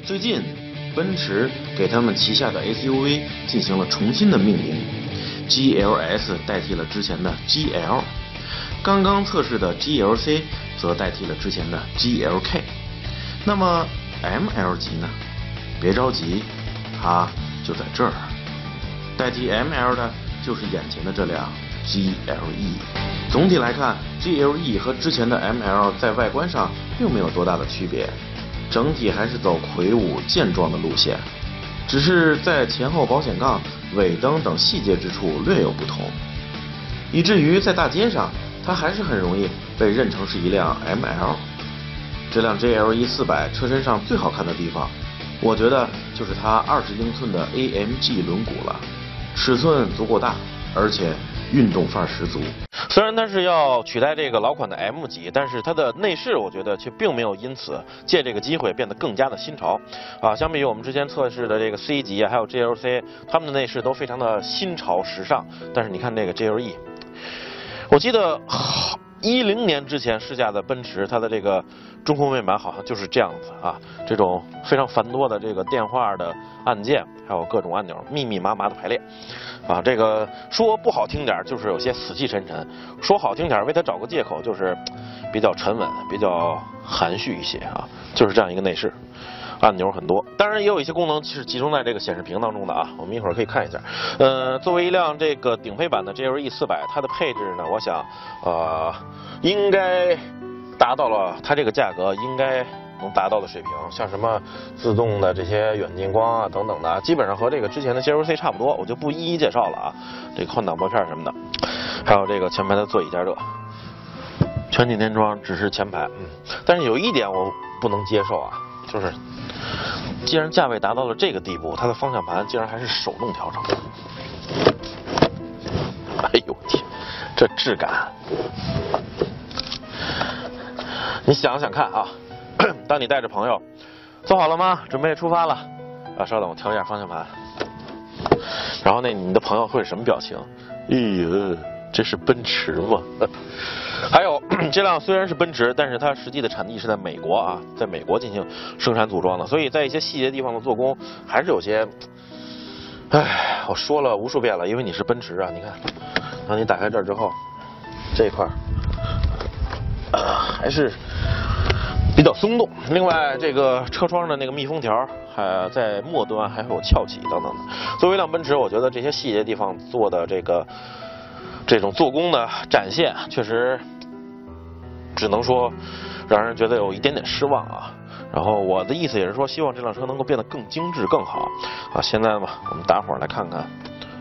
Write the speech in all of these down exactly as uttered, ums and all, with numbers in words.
最近，奔驰给他们旗下的 S U V 进行了重新的命名 ，G L S 代替了之前的 G L， 刚刚测试的 G L C 则代替了之前的 G L K。那么 M L 级呢？别着急，它就在这儿。代替 M L 的就是眼前的这辆 G L E。总体来看 ，G L E 和之前的 M L 在外观上并没有多大的区别。整体还是走魁梧健壮的路线，只是在前后保险杠、尾灯等细节之处略有不同，以至于在大街上，它还是很容易被认成是一辆 M L。这辆 G L E 四百车身上最好看的地方，我觉得就是它二十英寸的 A M G 轮毂了，尺寸足够大，而且运动范儿十足。 虽然它是要取代这个老款的 M 级，但是它的内饰我觉得却并没有因此借这个机会变得更加的新潮啊。相比于我们之前测试的这个 C 级啊，还有 G L C， 它们的内饰都非常的新潮时尚。但是你看这个 G L E， 我记得一零年之前试驾的奔驰，它的这个中控面板好像就是这样子啊，这种非常繁多的这个电话的按键，还有各种按钮密密麻麻的排列。啊，这个说不好听点就是有些死气沉沉，说好听点为它找个借口就是比较沉稳，比较含蓄一些啊，就是这样一个内饰，按钮很多，当然也有一些功能是集中在这个显示屏当中的啊，我们一会儿可以看一下。呃，作为一辆这个顶配版的 G L E 四百，它的配置呢，我想呃应该达到了它这个价格应该能达到的水平，像什么自动的这些远近光啊等等的，基本上和这个之前的 G L C 差不多，我就不一一介绍了啊。这个换挡拨片什么的，还有这个前排的座椅加热，全景天窗只是前排，嗯，但是有一点我不能接受啊，就是既然价位达到了这个地步，它的方向盘竟然还是手动调整。哎呦天，这质感！你想想看啊，当你带着朋友，做好了吗？准备出发了。啊，稍等，我调一下方向盘。然后那你的朋友会是什么表情？哎呦，这是奔驰吗？还有这辆虽然是奔驰，但是它实际的产地是在美国啊，在美国进行生产组装的，所以在一些细节地方的做工还是有些，唉，我说了无数遍了，因为你是奔驰啊，你看，当你打开这儿之后，这一块。还是比较松动。另外，这个车窗的那个密封条，还在末端还会有翘起等等的。作为一辆奔驰，我觉得这些细节地方做的这个这种做工的展现，确实只能说让人觉得有一点点失望啊。然后我的意思也是说，希望这辆车能够变得更精致、更好啊。现在嘛，我们大伙儿来看看。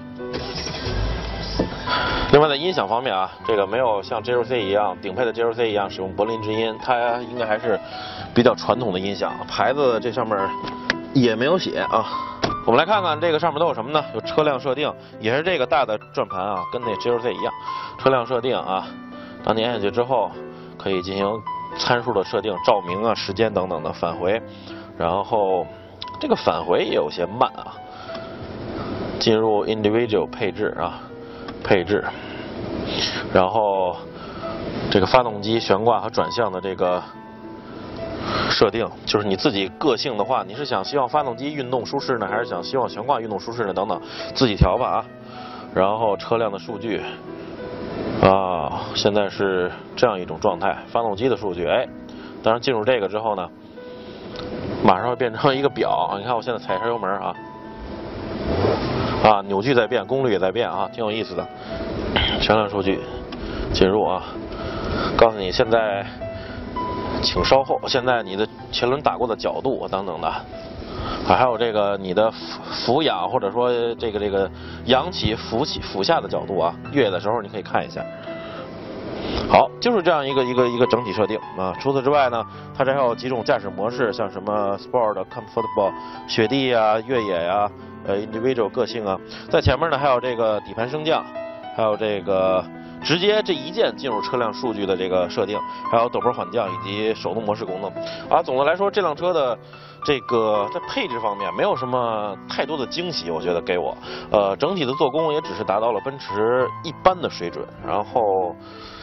另外在音响方面啊，这个没有像 G L C 一样顶配的 G L C 一样使用柏林之音，它应该还是比较传统的音响，牌子这上面也没有写啊。我们来看看这个上面都有什么呢？有车辆设定，也是这个大的转盘啊，跟那 G L C 一样。车辆设定啊，当你按下去之后，可以进行参数的设定，照明啊、时间等等的返回。然后这个返回也有些慢啊。进入 individual 配置啊。配置，然后这个发动机悬挂和转向的这个设定，就是你自己个性的话，你是想希望发动机运动舒适呢，还是想希望悬挂运动舒适呢？等等，自己调吧啊。然后车辆的数据啊，现在是这样一种状态，发动机的数据，哎，当然进入这个之后呢，马上会变成一个表，你看我现在踩一下油门啊。啊，扭矩在变，功率也在变啊，挺有意思的。全量数据进入啊，告诉你现在，请稍后，现在你的前轮打过的角度等等的，啊，还有这个你的俯仰或者说这个这个仰起、俯起、俯下的角度啊，越野的时候你可以看一下。好，就是这样一个一个一个整体设定啊。除此之外呢，它这还有几种驾驶模式，像什么 Sport、Comfortable、雪地啊、越野呀、啊。呃 individual 个性啊，在前面呢还有这个底盘升降，还有这个直接这一键进入车辆数据的这个设定，还有陡坡缓降以及手动模式功能啊。总的来说，这辆车的这个在配置方面没有什么太多的惊喜，我觉得给我，呃，整体的做工也只是达到了奔驰一般的水准，然后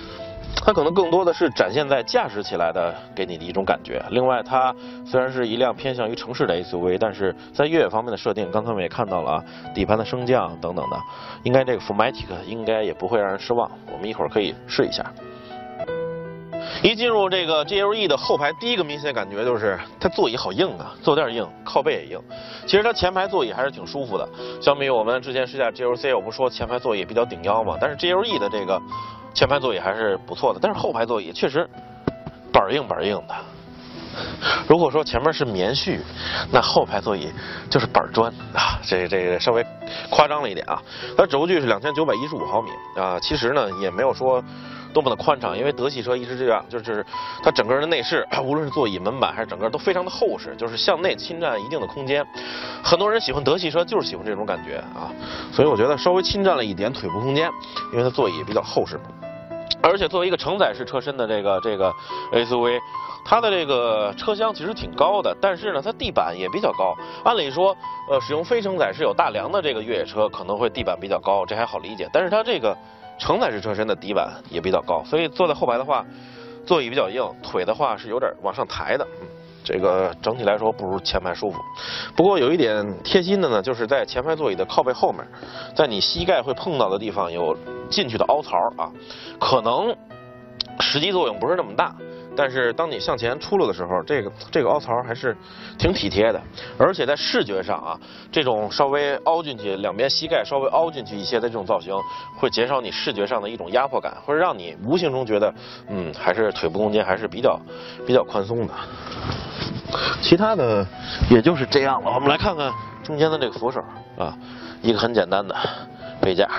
它可能更多的是展现在驾驶起来的给你的一种感觉。另外，它虽然是一辆偏向于城市的 S U V， 但是在越野方面的设定，刚才我们也看到了啊，底盘的升降等等的，应该这个 Formatic 应该也不会让人失望。我们一会儿可以试一下。一进入这个 G L E 的后排，第一个明显感觉就是它座椅好硬啊，坐垫硬，靠背也硬。其实它前排座椅还是挺舒服的，相比于我们之前试驾 G L C， 我不说前排座椅比较顶腰嘛，但是 G L E 的这个前排座椅还是不错的，但是后排座椅确实板硬板硬的。如果说前面是棉絮，那后排座椅就是板砖啊，这这个稍微夸张了一点啊。它轴距是两千九百一十五毫米啊，其实呢也没有说多么的宽敞，因为德系车一直这样，就是它整个的内饰，无论是座椅、门板还是整个都非常的厚实，就是向内侵占一定的空间。很多人喜欢德系车就是喜欢这种感觉啊，所以我觉得稍微侵占了一点腿部空间，因为它座椅比较厚实。而且作为一个承载式车身的这个这个 S U V， 它的这个车厢其实挺高的，但是呢，它地板也比较高。按理说，呃，使用非承载式有大梁的这个越野车可能会地板比较高，这还好理解。但是它这个承载式车身的底板也比较高，所以坐在后排的话，座椅比较硬，腿的话是有点往上抬的。嗯，这个整体来说不如前排舒服。不过有一点贴心的呢，就是在前排座椅的靠背后面，在你膝盖会碰到的地方有进去的凹槽啊，可能实际作用不是那么大，但是当你向前出溜的时候，这个这个凹槽还是挺体贴的。而且在视觉上啊，这种稍微凹进去，两边膝盖稍微凹进去一些的这种造型，会减少你视觉上的一种压迫感，会让你无形中觉得，嗯，还是腿部空间还是比较比较宽松的。其他的也就是这样了。我们来看看中间的这个扶手啊，一个很简单的杯架。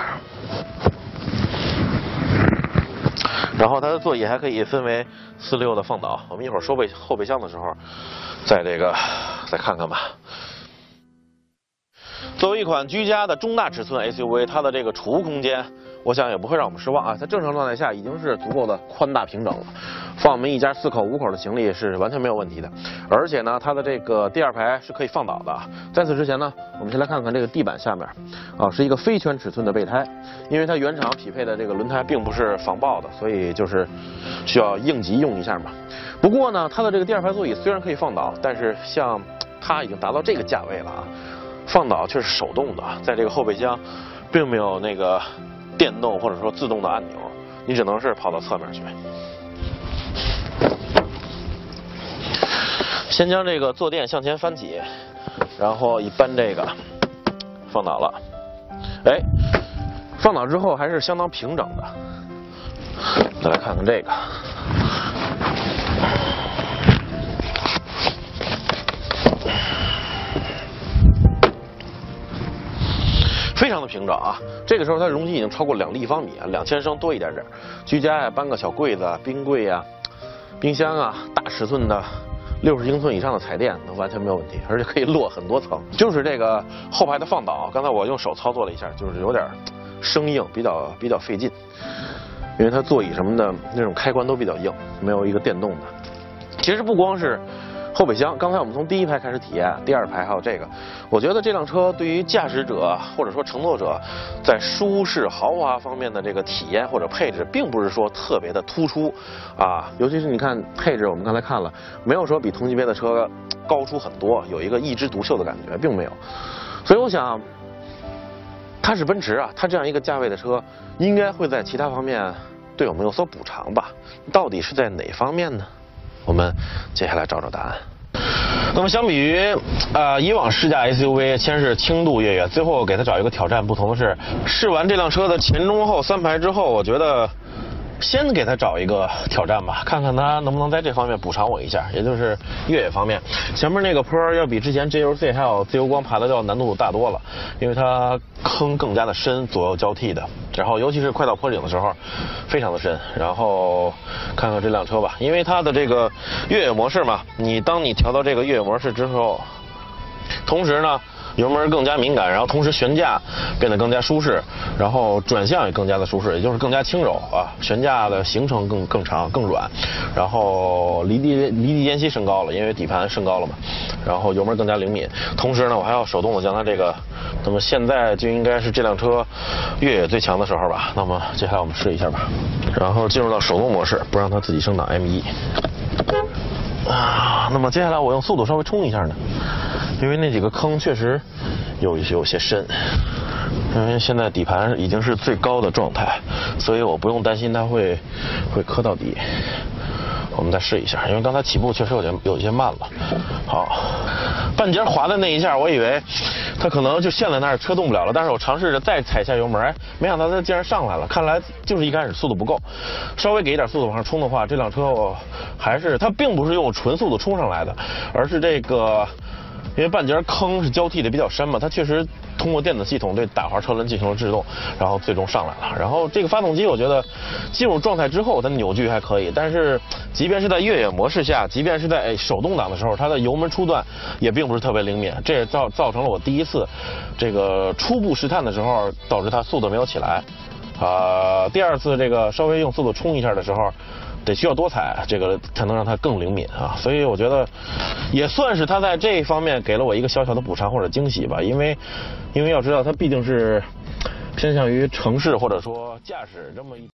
然后它的座椅还可以分为四六的放倒，我们一会儿收备后备箱的时候，再这个再看看吧。作为一款居家的中大尺寸 S U V， 它的这个储物空间，我想也不会让我们失望啊。在正常状态下已经是足够的宽大平整了，放我们一家四口五口的行李是完全没有问题的。而且呢，它的这个第二排是可以放倒的。在此之前呢，我们先来看看这个地板下面啊，是一个非圈尺寸的备胎，因为它原厂匹配的这个轮胎并不是防爆的，所以就是需要应急用一下嘛。不过呢，它的这个第二排座椅虽然可以放倒，但是像它已经达到这个价位了啊。放倒却是手动的，在这个后备箱并没有那个电动或者说自动的按钮，你只能是跑到侧面去。先将这个坐垫向前翻起，然后一扳这个放倒了。哎，放倒之后还是相当平整的。再来看看这个。非常的平整啊，这个时候它容积已经超过两立方米啊，两千升多一点点。居家呀，搬个小柜子、冰柜呀、冰箱啊，大尺寸的六十英寸以上的彩电都完全没有问题，而且可以摞很多层。就是这个后排的放倒，刚才我用手操作了一下，就是有点生硬，比较比较费劲，因为它座椅什么的那种开关都比较硬，没有一个电动的。其实不光是后备箱，刚才我们从第一排开始体验，第二排还有这个，我觉得这辆车对于驾驶者或者说乘坐者在舒适豪华方面的这个体验或者配置，并不是说特别的突出啊。尤其是你看配置，我们刚才看了，没有说比同级别的车高出很多，有一个一枝独秀的感觉，并没有。所以我想，它是奔驰啊，它这样一个价位的车，应该会在其他方面对我们有所补偿吧？到底是在哪方面呢？我们接下来找找答案。那么相比于呃以往试驾 S U V， 先是轻度越野，最后给它找一个挑战，不同的是，试完这辆车的前中后三排之后，我觉得先给它找一个挑战吧，看看它能不能在这方面补偿我一下，也就是越野方面。前面那个坡要比之前 G L C 还有自由光爬的要难度大多了，因为它坑更加的深，左右交替的，然后尤其是快到坡顶的时候非常的深。然后看看这辆车吧，因为它的这个越野模式嘛，你当你调到这个越野模式之后，同时呢油门更加敏感，然后同时悬架变得更加舒适，然后转向也更加的舒适，也就是更加轻柔啊，悬架的行程更更长更软，然后离地离地间隙升高了，因为底盘升高了嘛， 然后油门更加灵敏。同时呢，我还要手动的将它这个，那么现在就应该是这辆车越野最强的时候吧。那么接下来我们试一下吧，然后进入到手动模式，不让它自己升档 M 一。啊，那么接下来我用速度稍微冲一下呢，因为那几个坑确实有一些有些深。因为现在底盘已经是最高的状态，所以我不用担心它会会磕到底。我们再试一下，因为刚才起步确实有点有一些慢了。好，半截滑的那一下，我以为它可能就陷在那儿，车动不了了。但是我尝试着再踩下油门，哎，没想到它竟然上来了。看来就是一开始速度不够，稍微给一点速度往上冲的话，这辆车我还是它并不是用纯速度冲上来的，而是这个。因为半截坑是交替的比较深嘛，它确实通过电子系统对打滑车轮进行了制动，然后最终上来了。然后这个发动机我觉得进入状态之后，它扭矩还可以，但是即便是在越野模式下，即便是在手动挡的时候，它的油门初段也并不是特别灵敏，这也造造成了我第一次这个初步试探的时候，导致它速度没有起来。啊、呃，第二次这个稍微用速度冲一下的时候。得需要多踩，这个才能让它更灵敏啊，所以我觉得也算是它在这一方面给了我一个小小的补偿或者惊喜吧，因为因为要知道它毕竟是偏向于城市或者说驾驶这么一。